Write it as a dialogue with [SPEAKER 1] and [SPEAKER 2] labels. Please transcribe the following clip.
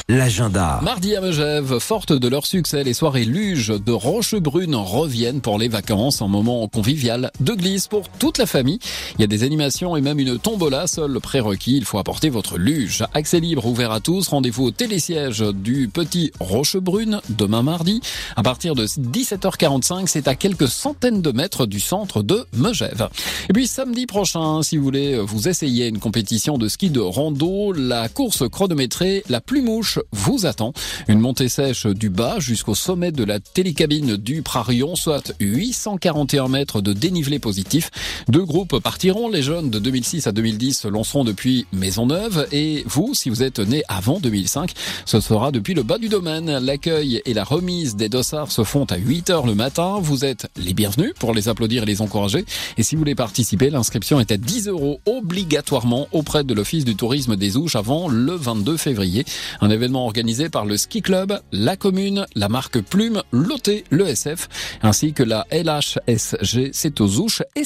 [SPEAKER 1] l'agenda.
[SPEAKER 2] Mardi à Megève, fortes de leur succès, les soirées luges de Rochebrune reviennent pour les vacances, un moment convivial de glisse pour toute la famille. Il y a des animations et même une tombola, seul le prérequis, il faut apporter votre luge. Accès libre ouvert à tous, rendez-vous au télésiège du Petit Rochebrune demain mardi. À partir de 17h45, c'est à quelques centaines de mètres du centre de Megève. Et puis samedi prochain, si vous voulez vous essayer une compétition de ski de rando, la course chronométrée La Plumouche vous attend. Une montée sèche du bas jusqu'au sommet de la télécabine du Prarion, soit 841 mètres de dénivelé positif. 2 groupes partiront. Les jeunes de 2006 à 2010 se lanceront depuis Maisonneuve. Et vous, si vous êtes né avant 2005, ce sera depuis le bas du domaine. L'accueil et la remise des dossards se font à 8h le matin. Vous êtes les bienvenus pour les applaudir et les encourager. Et si vous voulez participer, l'inscription est à 10 € obligatoirement auprès de l'Office du tourisme des Ouches avant le 22 février. Un événement organisé par le Ski Club, la commune, la marque Plume, l'OT, le SF, ainsi que la LHSG, c'est aux Ouches.